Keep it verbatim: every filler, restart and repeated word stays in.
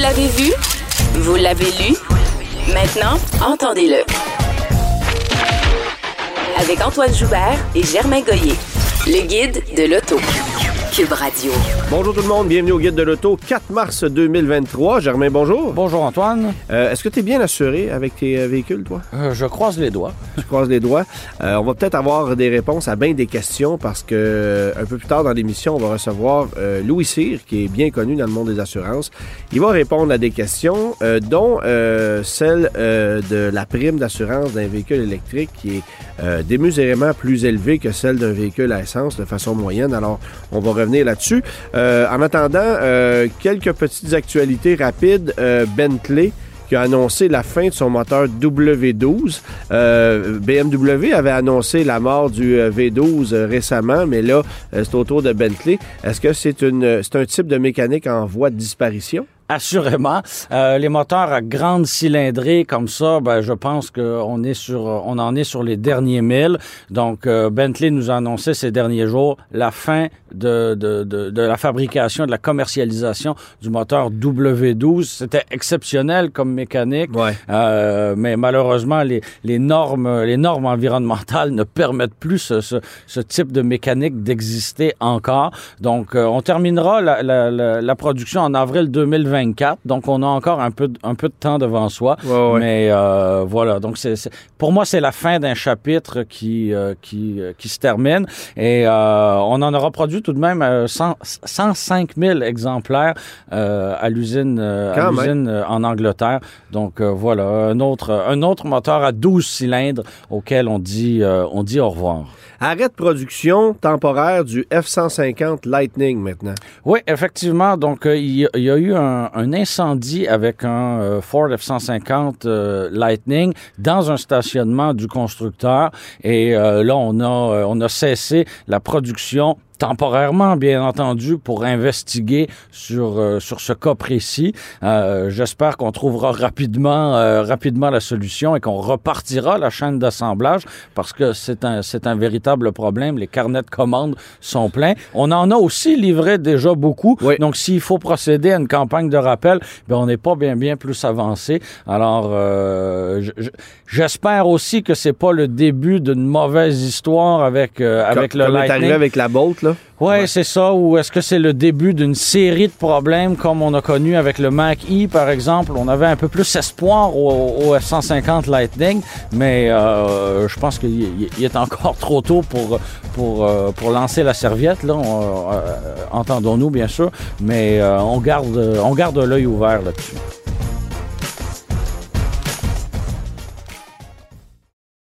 l'avez vu? Vous l'avez lu? Maintenant, entendez-le. Avec Antoine Joubert et Germain Goyer, le guide de l'auto. Cube Radio. Bonjour tout le monde, bienvenue au Guide de l'auto, quatre mars deux mille vingt-trois. Germain, bonjour. Bonjour Antoine. Euh, est-ce que tu es bien assuré avec tes euh, véhicules, toi? Euh, je croise les doigts. Tu croises les doigts. Euh, on va peut-être avoir des réponses à bien des questions parce que euh, un peu plus tard dans l'émission, on va recevoir euh, Louis Cyr, qui est bien connu dans le monde des assurances. Il va répondre à des questions, euh, dont euh, celle euh, de la prime d'assurance d'un véhicule électrique qui est euh, démesurément plus élevée que celle d'un véhicule à essence de façon moyenne. Alors, on va revenir là-dessus. Euh, en attendant, euh, quelques petites actualités rapides. Euh, Bentley qui a annoncé la fin de son moteur W douze. Euh, B M W avait annoncé la mort du V douze euh, récemment, mais là, euh, c'est au tour de Bentley. Est-ce que c'est une, c'est un type de mécanique en voie de disparition? Assurément. Euh, les moteurs à grande cylindrée comme ça, ben, je pense qu'on est sur, on en est sur les derniers milles. Donc, euh, Bentley nous a annoncé ces derniers jours la fin de, de, de, de la fabrication, de la commercialisation du moteur W douze. C'était exceptionnel comme mécanique, ouais. euh, mais malheureusement, les, les normes, les normes environnementales ne permettent plus ce, ce, ce type de mécanique d'exister encore. Donc, euh, on terminera la, la, la, la production en avril deux mille vingt-quatre, donc on a encore un peu, un peu de temps devant soi, ouais, ouais. mais euh, voilà, donc c'est, c'est, pour moi c'est la fin d'un chapitre qui, euh, qui, euh, qui se termine et euh, on en aura produit tout de même euh, cent, cent cinq mille exemplaires euh, à l'usine, euh, à l'usine euh, en Angleterre, donc euh, voilà, un autre, un autre moteur à douze cylindres auquel on dit, euh, on dit au revoir. Arrêt de production temporaire du F cent cinquante Lightning maintenant. Oui, effectivement. Donc, euh, il, y a, il y a eu un, un incendie avec un euh, Ford F cent cinquante euh, Lightning dans un stationnement du constructeur. Et euh, là, on a, euh, on a cessé la production temporairement, bien entendu, pour investiguer sur euh, sur ce cas précis. Euh, j'espère qu'on trouvera rapidement euh, rapidement la solution et qu'on repartira la chaîne d'assemblage parce que c'est un c'est un véritable problème. Les carnets de commandes sont pleins. On en a aussi livré déjà beaucoup. Oui. Donc, s'il faut procéder à une campagne de rappel, ben on n'est pas bien bien plus avancé. Alors, euh, j- j- j'espère aussi que c'est pas le début d'une mauvaise histoire avec euh, avec comme, le comme Lightning. Est arrivé avec la Bolt, là. Ouais, ouais, c'est ça. Ou est-ce que c'est le début d'une série de problèmes comme on a connu avec le Mach-E, par exemple? On avait un peu plus espoir au, au F cent cinquante Lightning, mais euh, je pense qu'il il est encore trop tôt pour pour euh, pour lancer la serviette. Là, on, euh, entendons-nous bien sûr, mais euh, on garde on garde l'œil ouvert là-dessus.